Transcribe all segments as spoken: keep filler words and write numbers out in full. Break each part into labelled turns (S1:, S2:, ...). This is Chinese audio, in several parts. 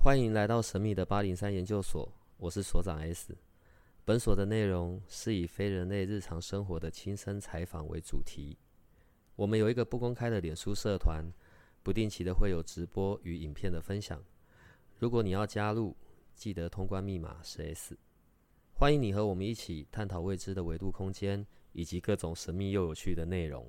S1: 欢迎来到神秘的八零三研究所，我是所长 S。本所的内容是以非人类日常生活的亲身采访为主题。我们有一个不公开的脸书社团，不定期的会有直播与影片的分享。如果你要加入，记得通关密码是 S。欢迎你和我们一起探讨未知的维度空间，以及各种神秘又有趣的内容。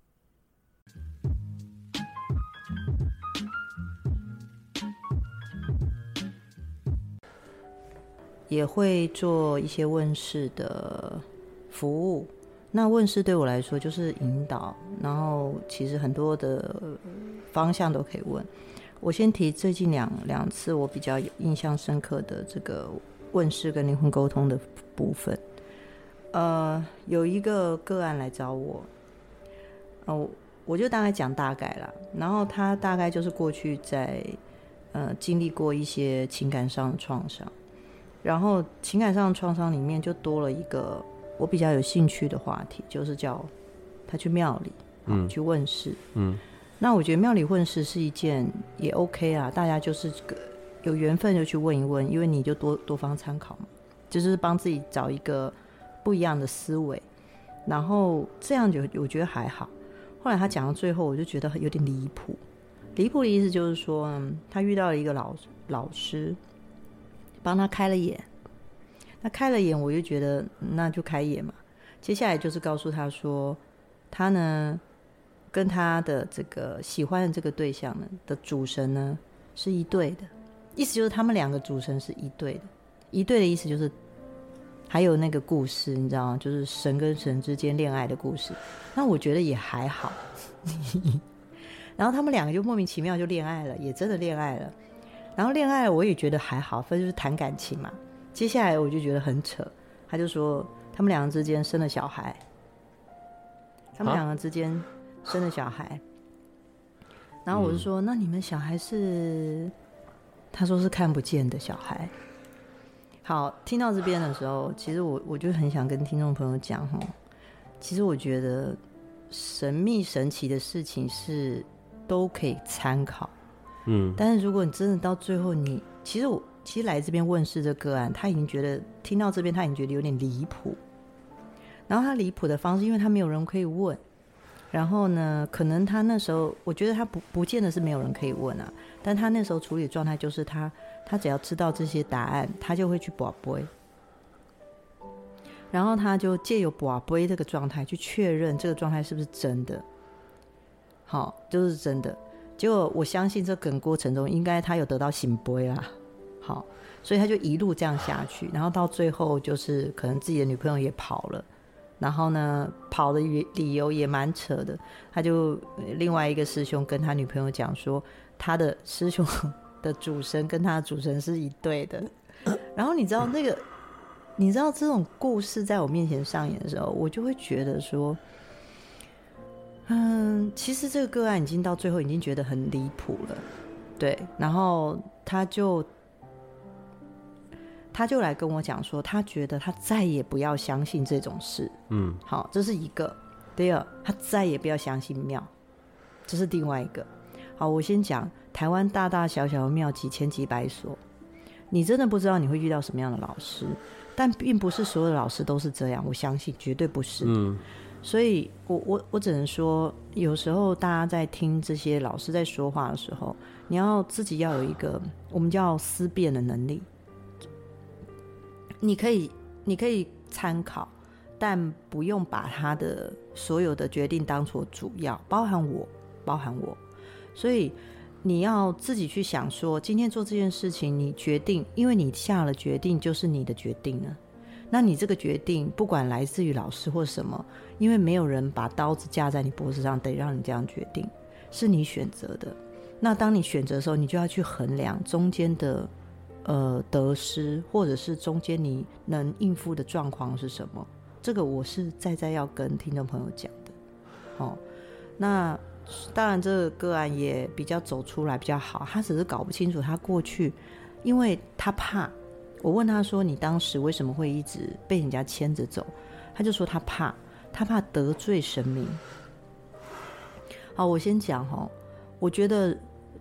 S2: 也会做一些问世的服务。那问世对我来说就是引导，然后其实很多的方向都可以问。我先提最近两两次我比较印象深刻的这个问世跟灵魂沟通的部分。呃，有一个个案来找我，呃，我就大概讲大概啦。然后他大概就是过去在呃经历过一些情感上的创伤。然后情感上的创伤里面就多了一个我比较有兴趣的话题，就是叫他去庙里、嗯、去问世。嗯，那我觉得庙里问世是一件也 OK 啊，大家就是有缘分就去问一问，因为你就多多方参考嘛，就是帮自己找一个不一样的思维，然后这样就我觉得还好。后来他讲到最后，我就觉得有点离谱。离谱的意思就是说、嗯、他遇到了一个老老师帮他开了眼，那开了眼我就觉得那就开眼嘛。接下来就是告诉他说，他呢跟他的这个喜欢的这个对象呢的主神呢是一对的，意思就是他们两个主神是一对的。一对的意思就是还有那个故事，你知道吗？就是神跟神之间恋爱的故事。那我觉得也还好然后他们两个就莫名其妙就恋爱了，也真的恋爱了。然后恋爱我也觉得还好，反正就是谈感情嘛。接下来我就觉得很扯，他就说他们两个之间生了小孩，他们两个之间生了小孩。然后我就说、嗯、那你们小孩是？他说是看不见的小孩。好，听到这边的时候，其实我我就很想跟听众朋友讲，其实我觉得神秘神奇的事情是都可以参考。嗯，但是如果你真的到最后你，其实我其实来这边问世这个案，他已经觉得听到这边他已经觉得有点离谱。然后他离谱的方式，因为他没有人可以问，然后呢可能他那时候我觉得他不不见得是没有人可以问啊，但他那时候处理的状态就是他他只要知道这些答案，他就会去跋杯，然后他就借由跋杯这个状态去确认这个状态是不是真的，好，就是真的。结果我相信这个过程中应该他有得到醒杯啦，好，所以他就一路这样下去，然后到最后就是可能自己的女朋友也跑了，然后呢跑的理由也蛮扯的，他就另外一个师兄跟他女朋友讲说他的师兄的主神跟他的主神是一对的。然后你知道那个你知道这种故事在我面前上演的时候，我就会觉得说嗯，其实这个个案已经到最后已经觉得很离谱了，对，然后他就他就来跟我讲说，他觉得他再也不要相信这种事，嗯，好，这是一个。第二，他再也不要相信庙，这是另外一个。好，我先讲台湾大大小小的庙几千几百所，你真的不知道你会遇到什么样的老师，但并不是所有的老师都是这样，我相信绝对不是，嗯。所以我我我只能说，有时候大家在听这些老师在说话的时候，你要自己要有一个我们叫思辨的能力。你可以你可以参考，但不用把他的所有的决定当作主要，包含我包含我。所以你要自己去想说，今天做这件事情你决定，因为你下了决定就是你的决定了，那你这个决定不管来自于老师或什么，因为没有人把刀子架在你脖子上得让你这样决定，是你选择的。那当你选择的时候，你就要去衡量中间的呃得失，或者是中间你能应付的状况是什么，这个我是在在要跟听众朋友讲的。哦，那当然这个个案也比较走出来比较好，他只是搞不清楚他过去，因为他怕，我问他说你当时为什么会一直被人家牵着走，他就说他怕他怕得罪神明。好，我先讲齁，我觉得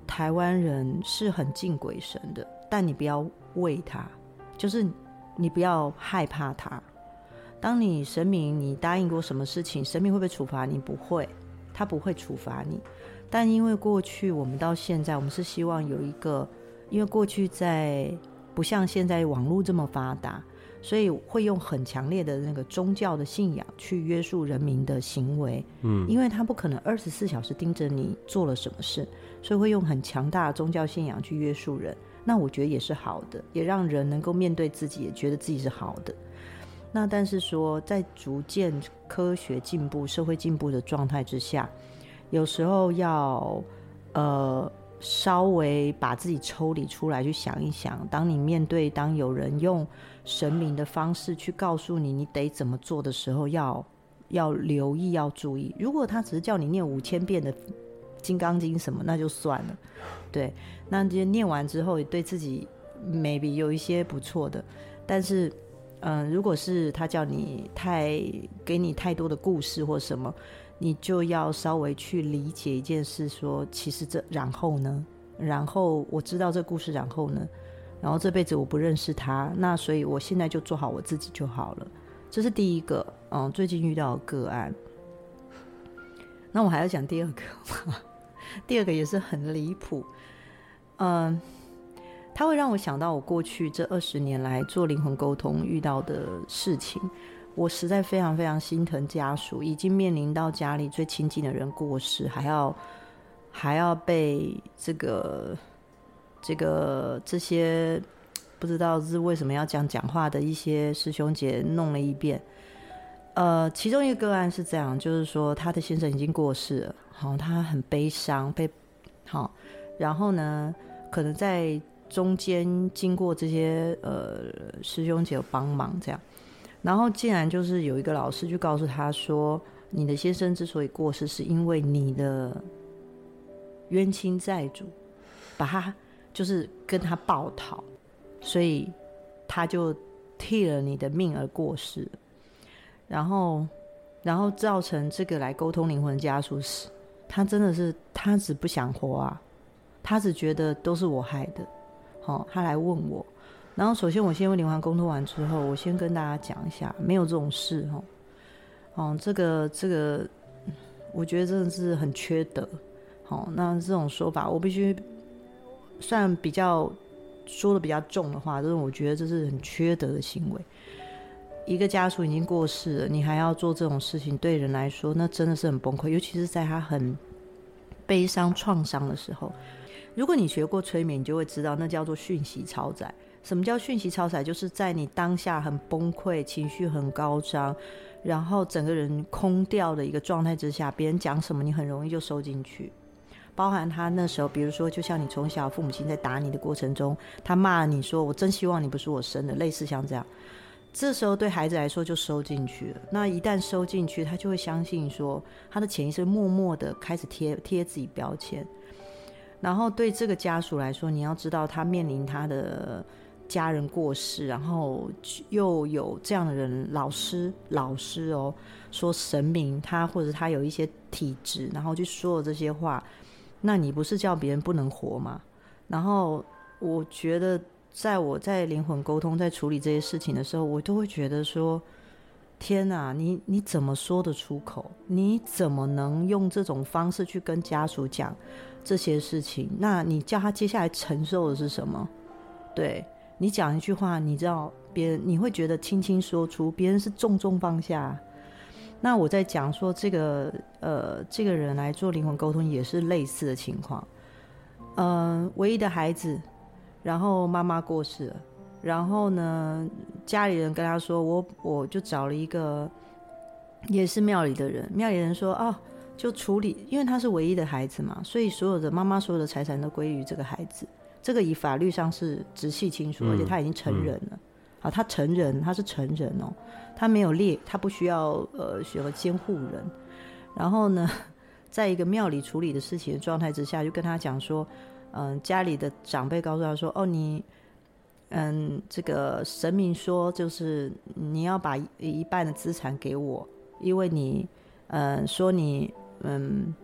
S2: 台湾人是很敬鬼神的，但你不要畏他，就是你不要害怕他。当你神明你答应过什么事情，神明会不会处罚你？不会，他不会处罚你。但因为过去我们到现在，我们是希望有一个，因为过去在不像现在网络这么发达，所以会用很强烈的那个宗教的信仰去约束人民的行为。嗯，因为他不可能二十四小时盯着你做了什么事，所以会用很强大的宗教信仰去约束人。那我觉得也是好的，也让人能够面对自己，也觉得自己是好的。那但是说在逐渐科学进步社会进步的状态之下，有时候要呃稍微把自己抽离出来去想一想，当你面对当有人用神明的方式去告诉你你得怎么做的时候，要要留意要注意。如果他只是叫你念五千遍的金刚经什么，那就算了，对，那就念完之后对自己 maybe 有一些不错的，但是嗯，如果是他叫你太给你太多的故事或什么，你就要稍微去理解一件事，说其实这然后呢，然后我知道这故事，然后呢，然后这辈子我不认识他，那所以我现在就做好我自己就好了。这是第一个，嗯，最近遇到的个案。那我还要讲第二个吗？第二个也是很离谱，嗯。它会让我想到我过去这二十年来做灵魂沟通遇到的事情，我实在非常非常心疼家属，已经面临到家里最亲近的人过世，还要还要被这个这个这些不知道是为什么要讲讲话的一些师兄姐弄了一遍。呃，其中一个个案是这样，就是说他的先生已经过世了，好，他很悲伤，被好，然后呢，可能在中间经过这些呃师兄姐有帮忙这样，然后竟然就是有一个老师就告诉他说，你的先生之所以过世是因为你的冤亲债主把他就是跟他报讨，所以他就替了你的命而过世，然后然后造成这个来沟通灵魂的家属是他真的是他只不想活啊，他只觉得都是我害的。哦、他来问我，然后首先我先问灵魂沟通完之后，我先跟大家讲一下，没有这种事哦。哦，这个这个，我觉得真的是很缺德。好、哦，那这种说法，我必须虽然比较说的比较重的话，但是我觉得这是很缺德的行为。一个家属已经过世了，你还要做这种事情，对人来说，那真的是很崩溃，尤其是在他很悲伤创伤的时候。如果你学过催眠，你就会知道那叫做讯息超载。什么叫讯息超载？就是在你当下很崩溃，情绪很高涨，然后整个人空掉的一个状态之下，别人讲什么你很容易就收进去，包含他那时候，比如说就像你从小父母亲在打你的过程中，他骂你说我真希望你不是我生的，类似像这样，这时候对孩子来说就收进去了。那一旦收进去，他就会相信说他的潜意识默默的开始贴贴自己标签。然后对这个家属来说，你要知道他面临他的家人过世，然后又有这样的人，老师老师哦，说神明他或者他有一些体质，然后去说了这些话，那你不是叫别人不能活吗？然后我觉得在我在灵魂沟通在处理这些事情的时候，我都会觉得说，天哪，你你怎么说得出口？你怎么能用这种方式去跟家属讲这些事情？那你叫他接下来承受的是什么？对，你讲一句话，你知道别人你会觉得轻轻说出，别人是重重放下。那我在讲说这个呃这个人来做灵魂沟通也是类似的情况。呃，唯一的孩子，然后妈妈过世了，然后呢家里人跟他说，我我就找了一个也是庙里的人，庙里人说哦，就处理，因为他是唯一的孩子嘛，所以所有的妈妈所有的财产都归于这个孩子，这个以法律上是直系亲属、嗯、而且他已经成人了、嗯、好，他成人，他是成人哦，他没有列，他不需要呃选个监护人。然后呢在一个庙里处理的事情的状态之下，就跟他讲说嗯、呃，家里的长辈告诉他说，哦，你嗯，这个神明说就是你要把一半的资产给我，因为你嗯说你嗯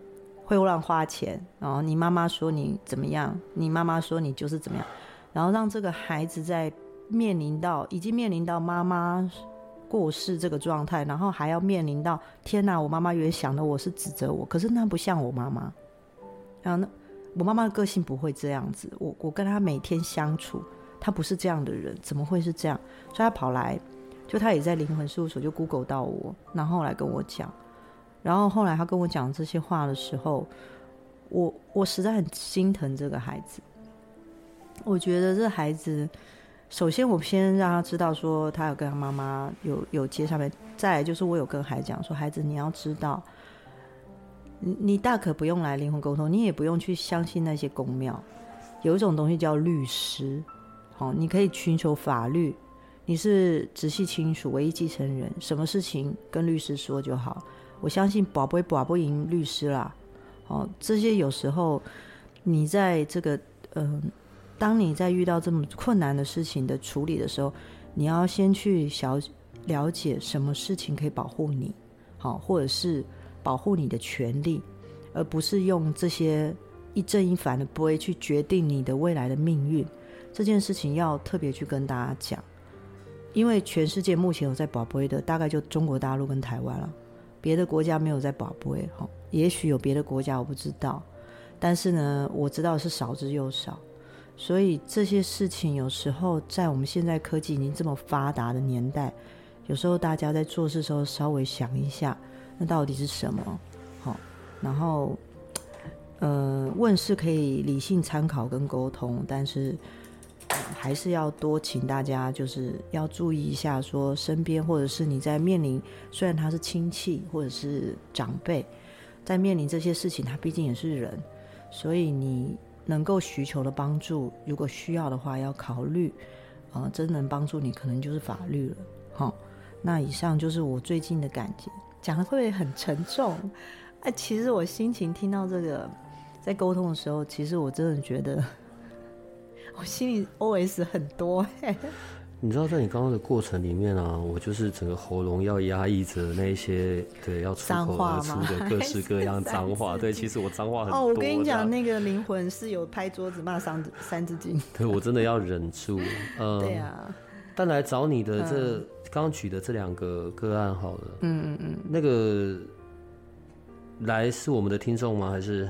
S2: 会乱花钱，然后你妈妈说你怎么样，你妈妈说你就是怎么样，然后让这个孩子在面临到已经面临到妈妈过世这个状态，然后还要面临到天哪，我妈妈原想的我是指责我，可是那不像我妈妈，然后呢，我妈妈的个性不会这样子，我我跟她每天相处，她不是这样的人，怎么会是这样？所以她跑来，就她也在灵魂事务所就 Google 到我，然后来跟我讲，然后后来她跟我讲这些话的时候，我我实在很心疼这个孩子，我觉得这孩子。首先我先让他知道说他有跟他妈妈有有接上面，再来就是我有跟孩子讲说，孩子你要知道你你大可不用来灵魂沟通，你也不用去相信那些宫庙，有一种东西叫律师、哦、你可以寻求法律，你是直系亲属唯一继承人，什么事情跟律师说就好，我相信保不保不赢律师啦、哦、这些有时候你在这个嗯、呃当你在遇到这么困难的事情的处理的时候，你要先去小了解什么事情可以保护你，好，或者是保护你的权利，而不是用这些一正一反的不会去决定你的未来的命运。这件事情要特别去跟大家讲，因为全世界目前有在保杯的大概就中国大陆跟台湾了，别的国家没有在保杯，也许有别的国家我不知道，但是呢我知道是少之又少。所以这些事情有时候在我们现在科技已经这么发达的年代，有时候大家在做事的时候稍微想一下那到底是什么、哦、然后呃，问事可以理性参考跟沟通，但是、呃、还是要多请大家就是要注意一下说身边或者是你在面临，虽然他是亲戚或者是长辈，在面临这些事情他毕竟也是人，所以你能够需求的帮助，如果需要的话要考虑、呃、真能帮助你可能就是法律了、哦、那以上就是我最近的感觉，讲的会不会很沉重、啊、其实我心情听到这个在沟通的时候，其实我真的觉得我心里 O S 很多、欸、
S1: 你知道在你刚刚的过程里面啊，我就是整个喉咙要压抑着那些对要出口而出的各式各样脏话。对，其实我脏话很多。哦，
S2: 我跟你讲，那个灵魂是有拍桌子骂三三字经。
S1: 对，我真的要忍住。嗯，
S2: 对啊。
S1: 但来找你的这刚刚、嗯、举的这两个个案好了，
S2: 嗯嗯嗯，
S1: 那个来是我们的听众吗？还是？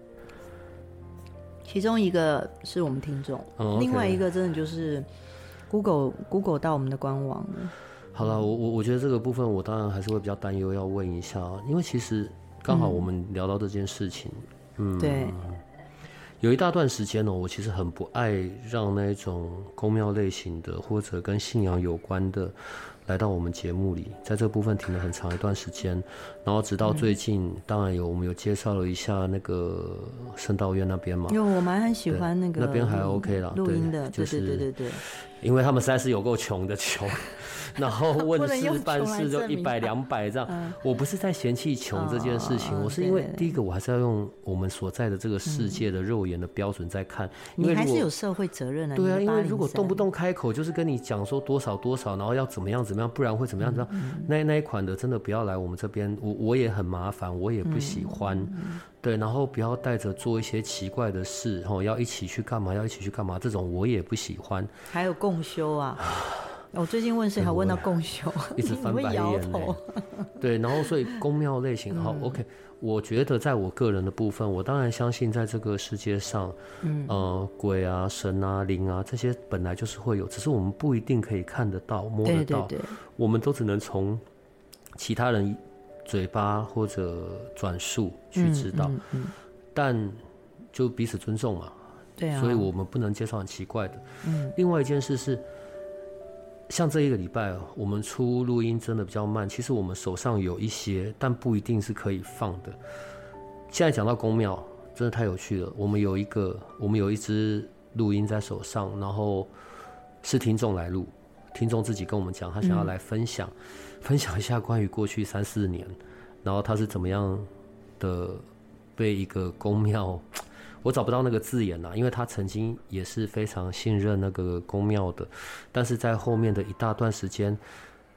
S2: 其中一个是我们听众、哦 okay ，另外一个真的就是。Google Google 到我们的官网了。
S1: 好了，我我我觉得这个部分我当然还是会比较担忧，要问一下，因为其实刚好我们聊到这件事情，嗯，嗯
S2: 对，
S1: 有一大段时间呢、哦，我其实很不爱让那种宫庙类型的或者跟信仰有关的来到我们节目里，在这个部分停了很长一段时间，然后直到最近，嗯、当然有我们有介绍了一下那个圣道院那边嘛，
S2: 因为我蛮很喜欢那个
S1: 那边还 OK 啦，
S2: 录音的，
S1: 就是、
S2: 对对对对对，
S1: 因为他们实在是有够穷的穷。然后问事办事就一百两百这样、嗯，我不是在嫌弃穷这件事情、哦，我是因为第一个我还是要用我们所在的这个世界的肉眼的标准在看，嗯、因为
S2: 你还是有社会责任的。
S1: 对啊，因为如果动不动开口就是跟你讲说多少多少，然后要怎么样怎么样，不然会怎么样怎么样，嗯、那那一款的真的不要来我们这边，我我也很麻烦，我也不喜欢。嗯、对，然后不要带着做一些奇怪的事，吼，要一起去干嘛，要一起去干嘛，这种我也不喜欢。
S2: 还有共修啊。我最近问谁还问到共修，
S1: 一直翻白眼呢。对，然后所以宫庙类型，好、嗯、，OK。我觉得在我个人的部分，我当然相信在这个世界上，嗯，呃，鬼啊、神啊、灵啊这些本来就是会有，只是我们不一定可以看得到、摸得到，
S2: 对对对，
S1: 我们都只能从其他人嘴巴或者转述去知道，嗯嗯嗯、但就彼此尊重嘛。
S2: 对啊，
S1: 所以我们不能介绍很奇怪的。嗯，另外一件事是。像这一个礼拜我们出录音真的比较慢，其实我们手上有一些，但不一定是可以放的。现在讲到宫庙真的太有趣了，我们有一个我们有一支录音在手上，然后是听众来录，听众自己跟我们讲他想要来分享、嗯、分享一下关于过去三四年，然后他是怎么样的被一个宫庙，我找不到那个字眼啦，因为他曾经也是非常信任那个宫庙的，但是在后面的一大段时间，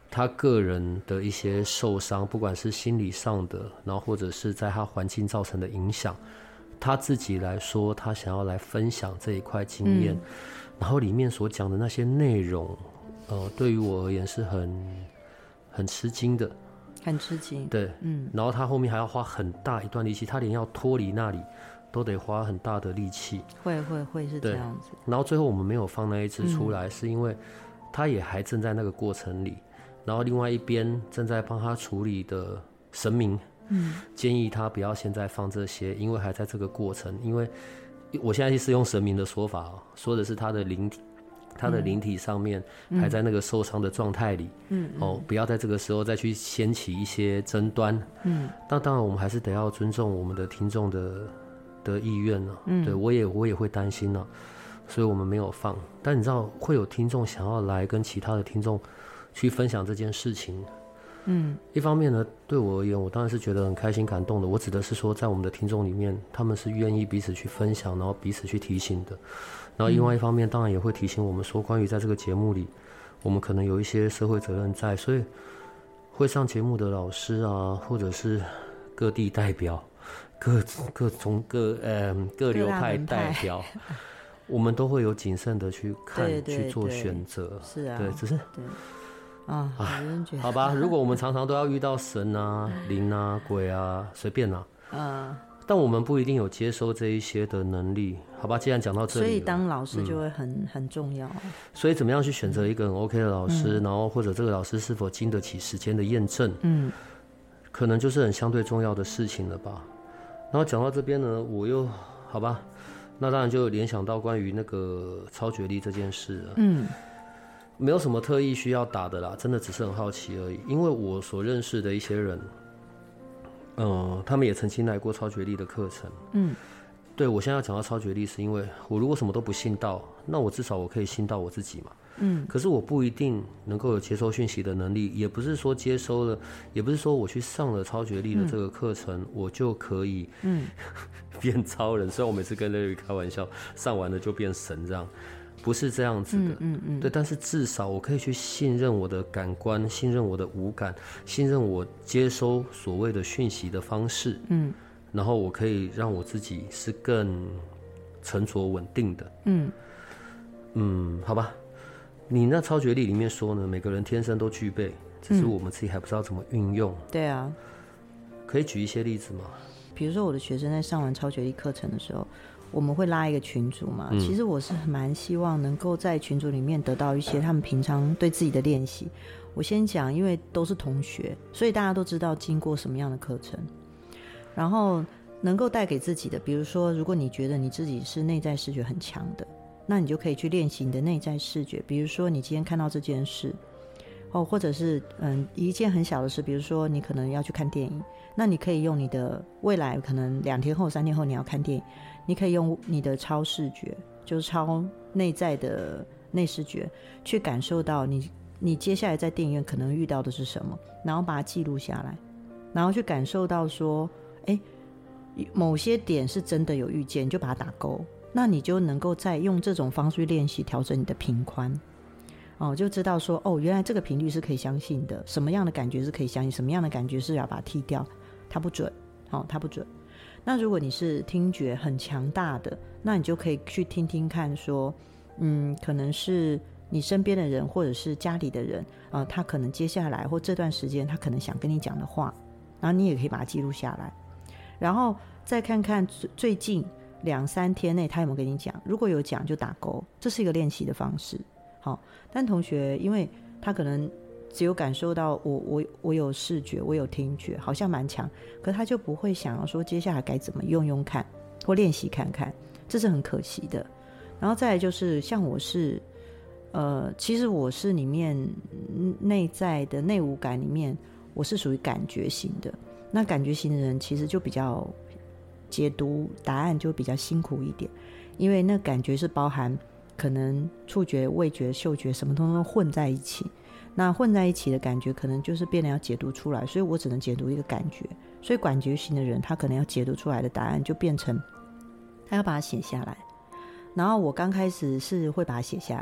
S3: 他个人的一些受伤，不管是心理上的，然后或者是在他环境造成的影响，他自己来说，他想要来分享这一块经验，嗯、然后里面所讲的那些内容，呃，对于我而言是很很吃惊的，
S2: 很吃惊。
S3: 对，嗯，然后他后面还要花很大一段力气，他连要脱离那里都得花很大的力气。
S2: 会会会是这样子。
S3: 然后最后我们没有放那一支出来，嗯、是因为他也还正在那个过程里。然后另外一边正在帮他处理的神明，嗯，建议他不要现在放这些，因为还在这个过程。因为我现在是用神明的说法，说的是他的灵体，他的灵体上面还在那个受伤的状态里，嗯，哦，不要在这个时候再去掀起一些争端，嗯。但当然，我们还是得要尊重我们的听众的的意愿呢、啊，嗯，对我也我也会担心呢、啊，所以我们没有放。但你知道，会有听众想要来跟其他的听众去分享这件事情，嗯，一方面呢，对我而言，我当然是觉得很开心、感动的。我指的是说，在我们的听众里面，他们是愿意彼此去分享，然后彼此去提醒的。然后另外一方面，当然也会提醒我们说，关于在这个节目里，我们可能有一些社会责任在，所以会上节目的老师啊，或者是各地代表、各各种各呃各流派代表。我们都会有谨慎的去看，对对对，去做选择。
S2: 是啊，
S3: 对，只是
S2: 对啊，
S3: 好吧。如果我们常常都要遇到神啊、灵啊、鬼啊，随便啊，嗯，但我们不一定有接收这一些的能力，好吧？既然讲到这里，
S2: 所以当老师就会很、嗯、很重要。
S3: 所以怎么样去选择一个很 OK 的老师，嗯、然后或者这个老师是否经得起时间的验证，嗯，可能就是很相对重要的事情了吧。然后讲到这边呢，我又好吧。那当然就联想到关于那个超觉力这件事了，嗯，没有什么特意需要打的啦，真的只是很好奇而已。因为我所认识的一些人，呃，他们也曾经来过超觉力的课程，嗯，对我现在要讲到超觉力，是因为我如果什么都不信到，那我至少我可以信到我自己嘛，嗯，可是我不一定能够有接收讯息的能力，也不是说接收了，也不是说我去上了超觉力的这个课程，嗯、我就可以，嗯。变超人，虽然我每次跟 Larry 开玩笑，上完了就变神这样，不是这样子的，嗯嗯嗯，对，但是至少我可以去信任我的感官，信任我的五感，信任我接收所谓的讯息的方式，嗯，然后我可以让我自己是更沉着稳定的，嗯嗯，好吧，你那超觉力里面说呢，每个人天生都具备，只是我们自己还不知道怎么运用，
S2: 嗯、对啊，
S3: 可以举一些例子吗？
S2: 比如说我的学生在上完超觉力课程的时候，我们会拉一个群组嘛、嗯、其实我是蛮希望能够在群组里面得到一些他们平常对自己的练习。我先讲，因为都是同学，所以大家都知道经过什么样的课程，然后能够带给自己的，比如说如果你觉得你自己是内在视觉很强的，那你就可以去练习你的内在视觉。比如说你今天看到这件事哦，或者是嗯一件很小的事，比如说你可能要去看电影，那你可以用你的未来可能两天后三天后你要看电影，你可以用你的超视觉，就是超内在的内视觉去感受到你你接下来在电影院可能遇到的是什么，然后把它记录下来，然后去感受到说哎，某些点是真的有遇见，你就把它打勾，那你就能够再用这种方式去练习调整你的频宽哦，就知道说哦，原来这个频率是可以相信的，什么样的感觉是可以相信，什么样的感觉是要把它剔掉，它不准，哦，它不准。那如果你是听觉很强大的，那你就可以去听听看说，嗯，可能是你身边的人或者是家里的人，呃，他可能接下来或这段时间他可能想跟你讲的话，然后你也可以把它记录下来，然后再看看最近两三天内他有没有跟你讲，如果有讲就打勾，这是一个练习的方式。好，但同学因为他可能只有感受到我我我有视觉，我有听觉，好像蛮强，可他就不会想要说接下来该怎么用用看或练习看看，这是很可惜的。然后再来就是像我是呃，其实我是里面内在的内五感里面，我是属于感觉型的。那感觉型的人其实就比较解读答案就比较辛苦一点，因为那感觉是包含可能触觉、味觉、嗅觉什么通通混在一起，那混在一起的感觉可能就是变得要解读出来，所以我只能解读一个感觉。所以感觉型的人他可能要解读出来的答案就变成他要把它写下来，然后我刚开始是会把它写下来，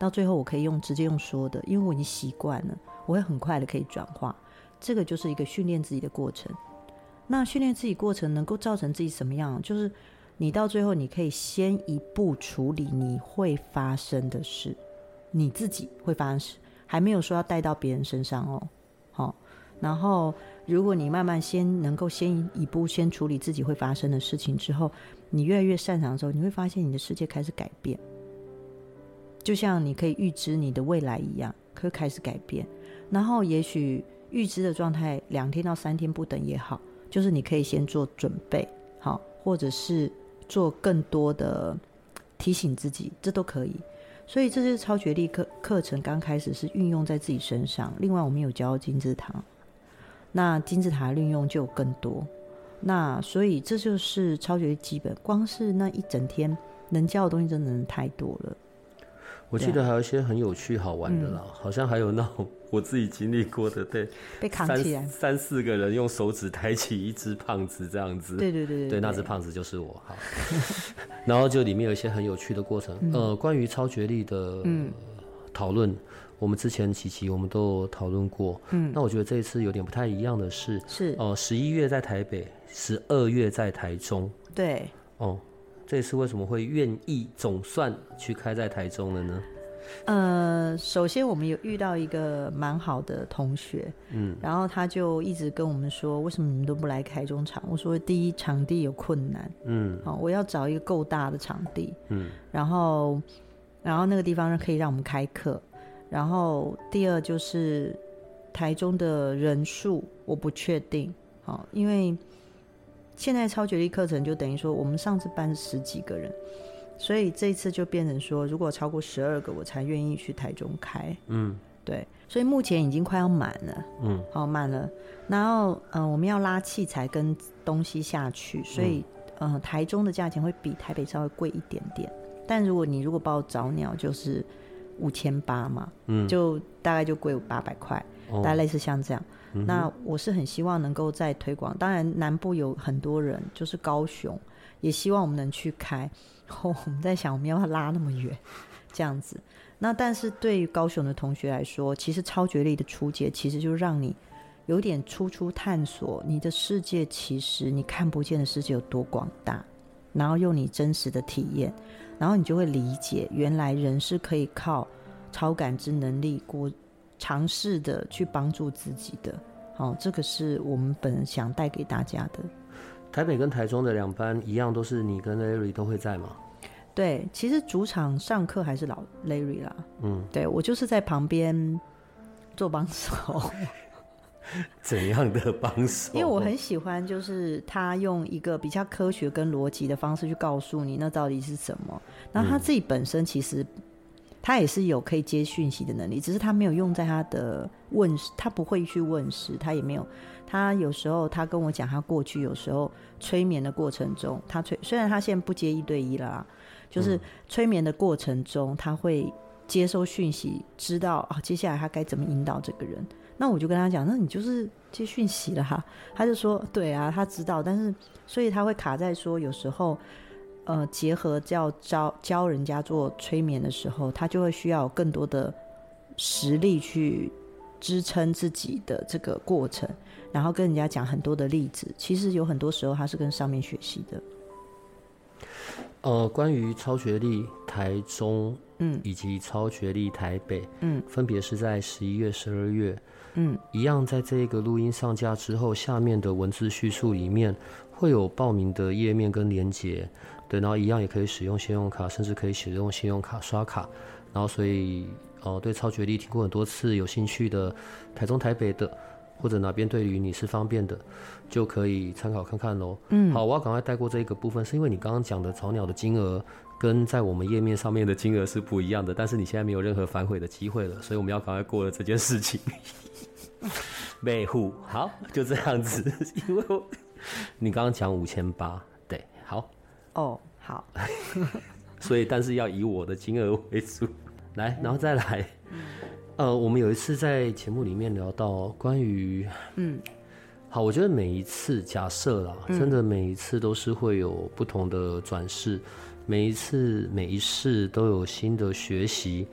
S2: 到最后我可以用直接用说的，因为我已经习惯了，我会很快的可以转化。这个就是一个训练自己的过程。那训练自己过程能够造成自己什么样？就是你到最后你可以先一步处理你会发生的事，你自己会发生的事，还没有说要带到别人身上哦。好，然后如果你慢慢先能够先一步先处理自己会发生的事情之后，你越来越擅长的时候，你会发现你的世界开始改变，就像你可以预知你的未来一样，会开始改变。然后也许预知的状态两天到三天不等也好，就是你可以先做准备，好，或者是做更多的提醒自己，这都可以。所以这就是超觉力课课程刚开始是运用在自己身上。另外我们有教金字塔，那金字塔的运用就有更多。那所以这就是超觉力基本，光是那一整天能教的东西真的能太多了。
S3: 我记得还有一些很有趣好玩的啦，嗯、好像还有那种我自己经历过的，对，
S2: 被扛起来，
S3: 三, 三四个人用手指抬起一只胖子这样子，
S2: 对对 对, 对,
S3: 对，那只胖子就是我。好，然后就里面有一些很有趣的过程，嗯、呃，关于超觉力的讨论、嗯，我们之前几期我们都有讨论过，嗯，那我觉得这一次有点不太一样的是，
S2: 是
S3: 哦，十一月在台北，十二月在台中，
S2: 对，
S3: 哦。这一次为什么会愿意总算去开在台中了呢？
S2: 呃，首先我们有遇到一个蛮好的同学，嗯，然后他就一直跟我们说，为什么你们都不来台中场？我说，第一，场地有困难，嗯，好、哦，我要找一个够大的场地，嗯，然后，然后那个地方可以让我们开课，然后第二就是台中的人数我不确定，好、哦，因为现在超觉力课程就等于说我们上次班十几个人，所以这一次就变成说如果超过十二个我才愿意去台中开，嗯，对，所以目前已经快要满了，嗯，好、哦、满了，然后、呃、我们要拉器材跟东西下去，所以、嗯呃、台中的价钱会比台北稍微贵一点点，但如果你如果报早鸟就是五千八嘛，嗯，就大概就贵八百块，大概类似像这样。嗯、那我是很希望能够再推广，当然南部有很多人，就是高雄，也希望我们能去开。哦、我们在想我们要拉那么远，这样子。那但是对于高雄的同学来说，其实超觉力的初阶，其实就让你有点初初探索你的世界，其实你看不见的世界有多广大，然后用你真实的体验，然后你就会理解，原来人是可以靠超感知能力过。尝试的去帮助自己的，好、哦，这个是我们本人想带给大家的。
S3: 台北跟台中的两班一样，都是你跟 Larry 都会在吗？
S2: 对，其实主场上课还是老 Larry 啦，嗯，对我就是在旁边做帮手。
S3: 怎样的帮手？
S2: 因为我很喜欢，就是他用一个比较科学跟逻辑的方式去告诉你那到底是什么。那他自己本身其实。他也是有可以接讯息的能力，只是他没有用在他的问世，他不会去问世，他也没有。他有时候他跟我讲，他过去有时候催眠的过程中，他催虽然他现在不接一对一了啦，就是催眠的过程中，他会接收讯息，知道啊接下来他该怎么引导这个人。那我就跟他讲，那你就是接讯息了哈。他就说，对啊，他知道，但是所以他会卡在说，有时候。呃，结合教教教人家做催眠的时候，他就会需要有更多的实力去支撑自己的这个过程，然后跟人家讲很多的例子。其实有很多时候他是跟上面学习的。
S3: 呃，关于超觉力台中，嗯，以及超觉力台北，嗯，分别是在十一月、十二月，嗯，一样在这个录音上架之后，下面的文字叙述里面会有报名的页面跟连结。对，然后一样也可以使用信用卡，甚至可以使用信用卡刷卡。然后所以，呃，对超觉力听过很多次，有兴趣的台中、台北的，或者哪边对于你是方便的，就可以参考看看咯。嗯，好，我要赶快带过这一个部分，是因为你刚刚讲的早鸟的金额跟在我们页面上面的金额是不一样的，但是你现在没有任何反悔的机会了，所以我们要赶快过了这件事情。维护好，就这样子，因为我你刚刚讲五千八，对，好。
S2: 哦，好，
S3: 所以但是要以我的金额为主，来，然后再来，呃，我们有一次在节目里面聊到关于，嗯，好，我觉得每一次假设啦，真的每一次都是会有不同的转世，每一次每一世都有新的学习，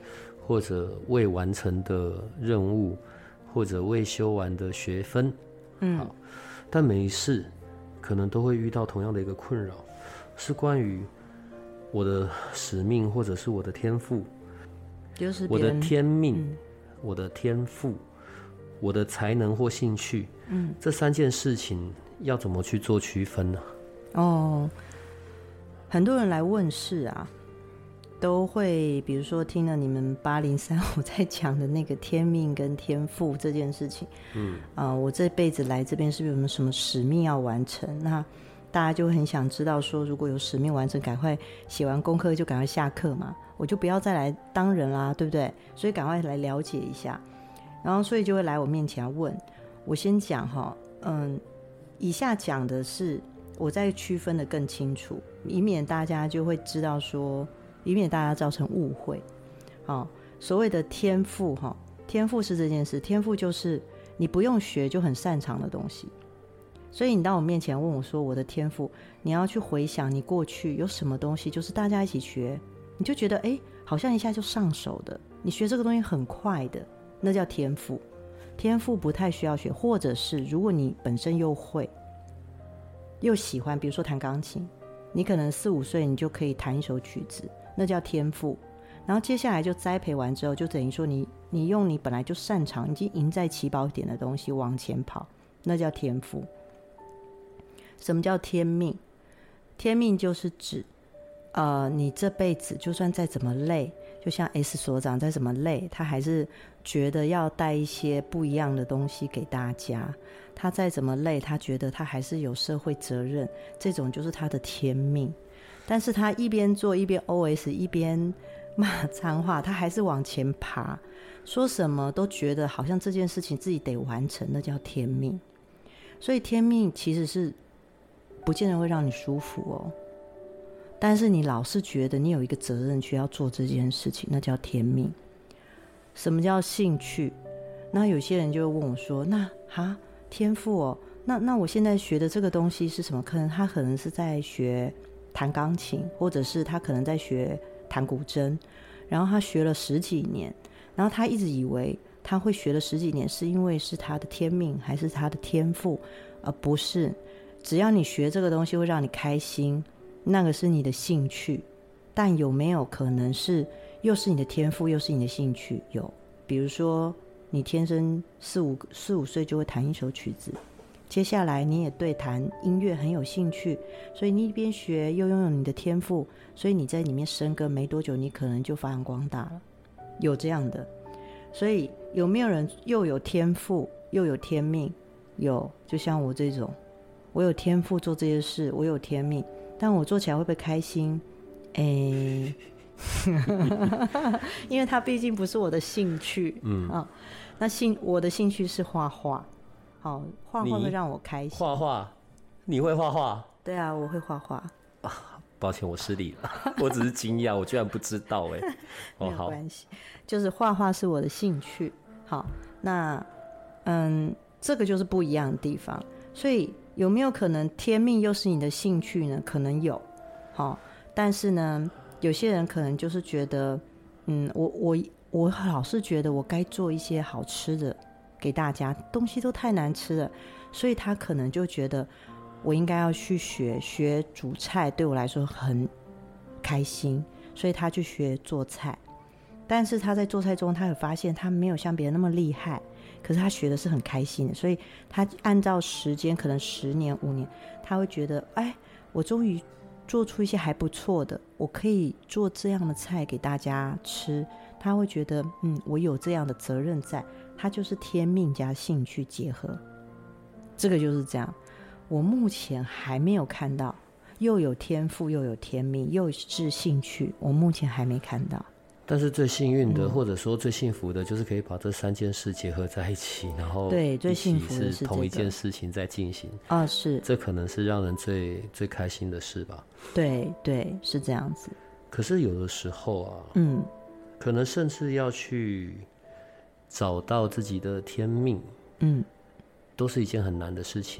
S3: 或者未完成的任务，或者未修完的学分。嗯，好，但每一世可能都会遇到同样的一个困扰，是关于我的使命或者是我的天赋，
S2: 就是
S3: 我的天命、嗯、我的天赋，我的才能或兴趣，嗯，这三件事情要怎么去做区分呢？
S2: 哦，很多人来问事啊，都会比如说听了你们八零三我在讲的那个天命跟天赋这件事情，嗯，啊、呃，我这辈子来这边是不是有没有什么使命要完成？那大家就很想知道说，如果有使命完成，赶快写完功课就赶快下课嘛，我就不要再来当人啦，对不对？所以赶快来了解一下，然后所以就会来我面前问。我先讲哈，嗯，以下讲的是我再区分的更清楚，以免大家就会知道说，以免大家造成误会。好，所谓的天赋哈，天赋是这件事，天赋就是你不用学就很擅长的东西。所以你到我面前问我说我的天赋，你要去回想你过去有什么东西就是大家一起学，你就觉得哎，好像一下就上手的，你学这个东西很快的，那叫天赋。天赋不太需要学，或者是如果你本身又会又喜欢，比如说弹钢琴，你可能四五岁你就可以弹一首曲子，那叫天赋。然后接下来就栽培完之后，就等于说你你用你本来就擅长已经赢在起跑点的东西往前跑，那叫天赋。什么叫天命？天命就是指呃，你这辈子就算再怎么累，就像 S 所长再怎么累，他还是觉得要带一些不一样的东西给大家，他再怎么累，他觉得他还是有社会责任，这种就是他的天命。但是他一边做一边 O S 一边骂脏话，他还是往前爬，说什么都觉得好像这件事情自己得完成，那叫天命。所以天命其实是不见得会让你舒服哦，但是你老是觉得你有一个责任需要做这件事情，那叫天命。什么叫兴趣？那有些人就会问我说，那哈天赋哦，那那我现在学的这个东西是什么？可能他可能是在学弹钢琴，或者是他可能在学弹古筝，然后他学了十几年，然后他一直以为他会学了十几年是因为是他的天命还是他的天赋，而不是。只要你学这个东西会让你开心，那个是你的兴趣。但有没有可能是又是你的天赋又是你的兴趣？有，比如说你天生四五四五岁就会弹一首曲子，接下来你也对弹音乐很有兴趣，所以你一边学又拥有你的天赋，所以你在里面深耕没多久你可能就发扬光大了，有这样的。所以有没有人又有天赋又有天命？有，就像我这种，我有天赋做这些事，我有天命，但我做起来会不会开心？诶因为它毕竟不是我的兴趣，嗯啊，那兴我的兴趣是画画，好，画画会让我开心。
S3: 画画，你会画画？
S2: 对啊，我会画画。
S3: 啊，抱歉，我失礼了，我只是惊讶，我居然不知道哎。
S2: 没有关系，就是画画是我的兴趣。好，那嗯，这个就是不一样的地方。所以有没有可能天命又是你的兴趣呢？可能有，好，但是呢，有些人可能就是觉得，嗯，我我我老是觉得我该做一些好吃的给大家，东西都太难吃了，所以他可能就觉得我应该要去学学煮菜，对我来说很开心，所以他去学做菜。但是他在做菜中，他有发现他没有像别人那么厉害，可是他学的是很开心的，所以他按照时间，可能十年五年，他会觉得，哎，我终于做出一些还不错的，我可以做这样的菜给大家吃。他会觉得，嗯，我有这样的责任在，他就是天命加兴趣结合，这个就是这样。我目前还没有看到又有天赋又有天命又是兴趣，我目前还没看到。
S3: 但是最幸运的、嗯、或者说最幸福的就是可以把这三件事结合在一起，然后
S2: 对，最幸福的
S3: 是同一件事情在进行
S2: 啊、哦，是，
S3: 这可能是让人最最开心的事吧。
S2: 对对，是这样子。
S3: 可是有的时候啊，嗯，可能甚至要去找到自己的天命，嗯，都是一件很难的事情哎。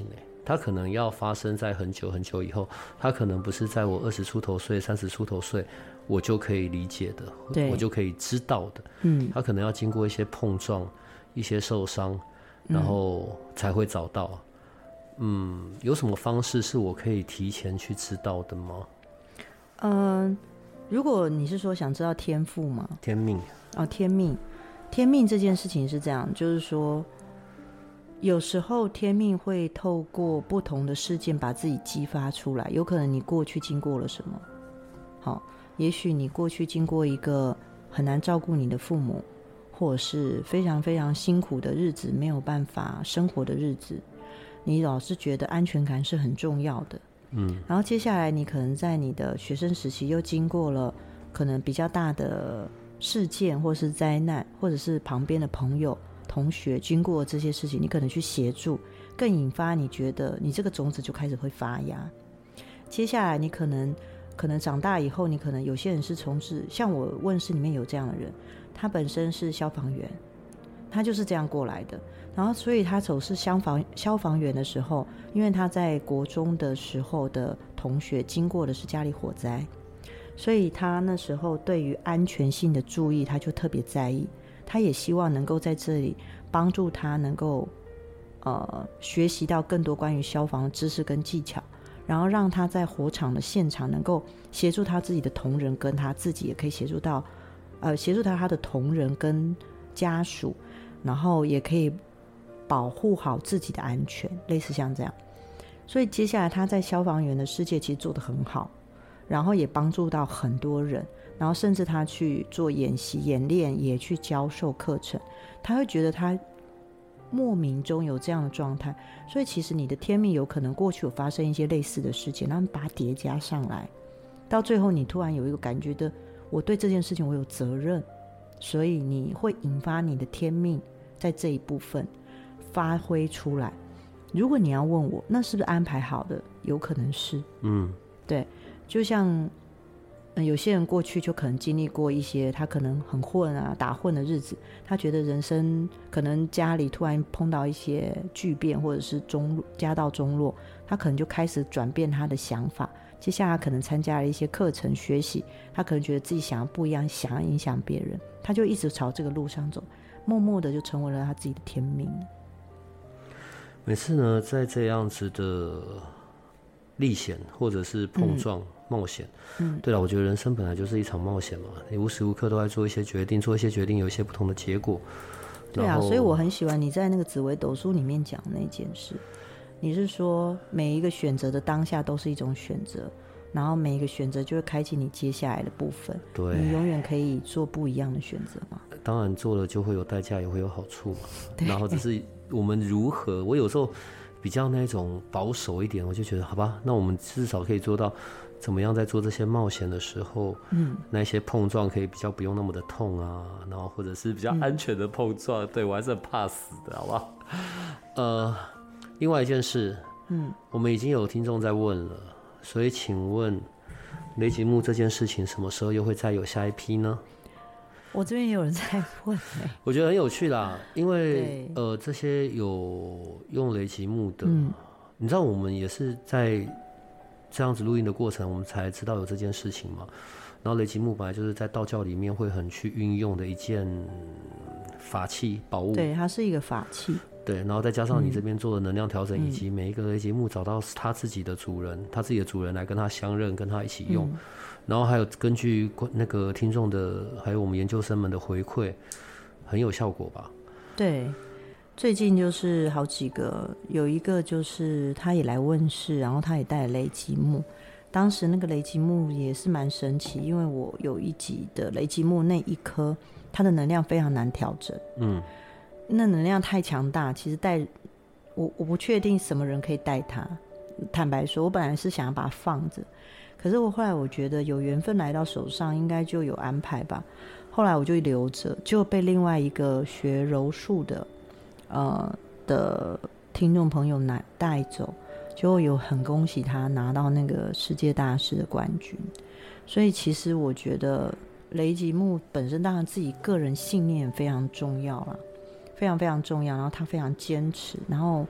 S3: 它可能要发生在很久很久以后，它可能不是在我二十出头岁、三十出头岁我就可以理解的，我就可以知道的。嗯，它可能要经过一些碰撞、一些受伤，然后才会找到。嗯，有什么方式是我可以提前去知道的吗？
S2: 嗯、呃，如果你是说想知道天赋吗？
S3: 天命
S2: 哦，天命，天命这件事情是这样，就是说。有时候天命会透过不同的事件把自己激发出来，有可能你过去经过了什么，好，也许你过去经过一个很难照顾你的父母，或者是非常非常辛苦的日子，没有办法生活的日子，你老是觉得安全感是很重要的，嗯，然后接下来你可能在你的学生时期又经过了可能比较大的事件，或是灾难，或者是旁边的朋友同学经过这些事情，你可能去协助，更引发你觉得你这个种子就开始会发芽。接下来你可能可能长大以后，你可能有些人是从事，像我问世里面有这样的人，他本身是消防员，他就是这样过来的，然后所以他从事消防消防员的时候，因为他在国中的时候的同学经过的是家里火灾，所以他那时候对于安全性的注意他就特别在意，他也希望能够在这里帮助他能够呃学习到更多关于消防的知识跟技巧，然后让他在火场的现场能够协助他自己的同仁，跟他自己也可以协助到呃协助到他的同仁跟家属，然后也可以保护好自己的安全，类似像这样。所以接下来他在消防员的世界其实做得很好，然后也帮助到很多人，然后甚至他去做演习演练，也去教授课程，他会觉得他莫名中有这样的状态。所以其实你的天命有可能过去有发生一些类似的事情，然后把它叠加上来，到最后你突然有一个感觉的，我对这件事情我有责任，所以你会引发你的天命在这一部分发挥出来。如果你要问我那是不是安排好的，有可能是，嗯，对，就像、呃、有些人过去就可能经历过一些他可能很混啊打混的日子，他觉得人生可能家里突然碰到一些巨变，或者是中家道中落，他可能就开始转变他的想法，接下来可能参加了一些课程学习，他可能觉得自己想要不一样，想要影响别人，他就一直朝这个路上走，默默的就成为了他自己的天命。
S3: 每次呢在这样子的历险或者是碰撞、嗯、冒险、嗯、对了，我觉得人生本来就是一场冒险嘛，你无时无刻都在做一些决定，做一些决定有一些不同的结果。
S2: 对啊，所以我很喜欢你在那个紫微斗数里面讲的那件事，你是说每一个选择的当下都是一种选择，然后每一个选择就会开启你接下来的部分，对，你永远可以做不一样的选择嘛。
S3: 当然做了就会有代价，也会有好处嘛。然后只是我们如何，我有时候比较那种保守一点，我就觉得好吧，那我们至少可以做到怎么样在做这些冒险的时候，嗯，那些碰撞可以比较不用那么的痛啊，然后或者是比较安全的碰撞、嗯、对，我还是很怕死的，好不好？呃，另外一件事，嗯，我们已经有听众在问了，所以请问雷吉木这件事情什么时候又会再有下一批呢？
S2: 我这边也有人在问、欸、
S3: 我觉得很有趣啦，因为呃这些有用雷吉木的、嗯、你知道我们也是在这样子录音的过程我们才知道有这件事情嘛。然后雷吉木本来就是在道教里面会很去运用的一件法器宝物，
S2: 对，它是一个法器，
S3: 对，然后再加上你这边做的能量调整、嗯、以及每一个雷吉木找到他自己的主人，他自己的主人来跟他相认，跟他一起用、嗯，然后还有根据那个听众的还有我们研究生们的回馈很有效果吧。
S2: 对，最近就是好几个，有一个就是他也来问世，然后他也带了雷吉木，当时那个雷吉木也是蛮神奇，因为我有一集的雷吉木那一颗它的能量非常难调整，嗯，那能量太强大，其实带我我不确定什么人可以带它，坦白说我本来是想要把它放着，可是我后来我觉得有缘分来到手上应该就有安排吧，后来我就留着，就被另外一个学柔术的呃的听众朋友拿带走，就有很恭喜他拿到那个世界大师的冠军。所以其实我觉得雷吉木本身当然自己个人信念非常重要啦，非常非常重要，然后他非常坚持，然后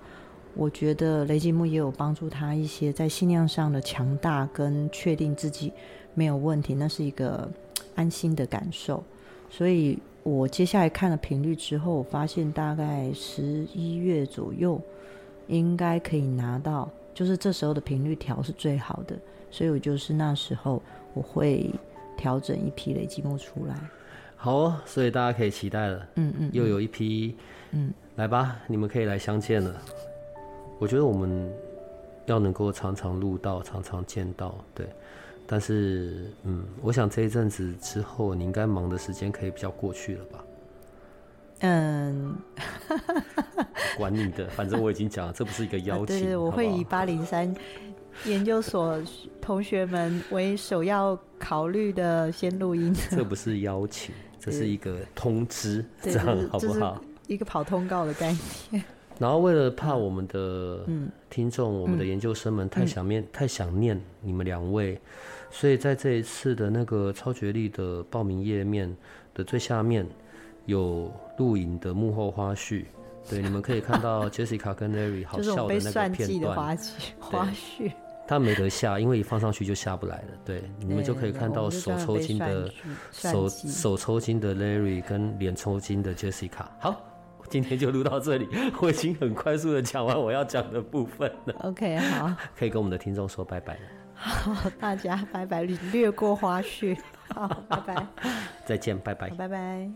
S2: 我觉得雷吉木也有帮助他一些在信念上的强大跟确定自己没有问题，那是一个安心的感受。所以我接下来看了频率之后，我发现大概十一月左右应该可以拿到，就是这时候的频率调是最好的，所以我就是那时候我会调整一批雷吉木出来。
S3: 好哦，所以大家可以期待了。嗯 嗯, 嗯，又有一批，嗯，来吧，你们可以来相见了。我觉得我们要能够常常录到，常常见到，对。但是，嗯，我想这一阵子之后，你应该忙的时间可以比较过去了吧？
S2: 嗯，
S3: 管你的，反正我已经讲了，这不是一个邀请。啊、
S2: 对对，我会以八零三研究所同学们为首要考虑的先录音。
S3: 这不是邀请，这是一个通知，这样好不好？
S2: 一个跑通告的概念。
S3: 然后为了怕我们的听众、嗯、我们的研究生们太想念、嗯、太想念你们两位，所以在这一次的那个超觉力的报名页面的最下面有录影的幕后花絮，对，你们可以看到 Jessica 跟 Larry 好笑的那个片段，
S2: 花絮。
S3: 他没得下，因为一放上去就下不来了。对，你们就可以看到手抽筋的手手抽筋的 Larry 跟脸抽筋的 Jessica。好。今天就录到这里，我已经很快速的讲完我要讲的部分了。
S2: OK， 好，
S3: 可以跟我们的听众说拜拜了。
S2: 好，大家拜拜，略过花絮。好，拜拜，
S3: 再见，拜拜，
S2: 拜拜。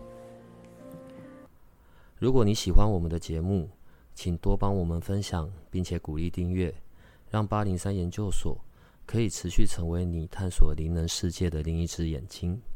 S1: 如果你喜欢我们的节目，请多帮我们分享，并且鼓励订阅，让八零三研究所可以持续成为你探索灵能世界的另一只眼睛。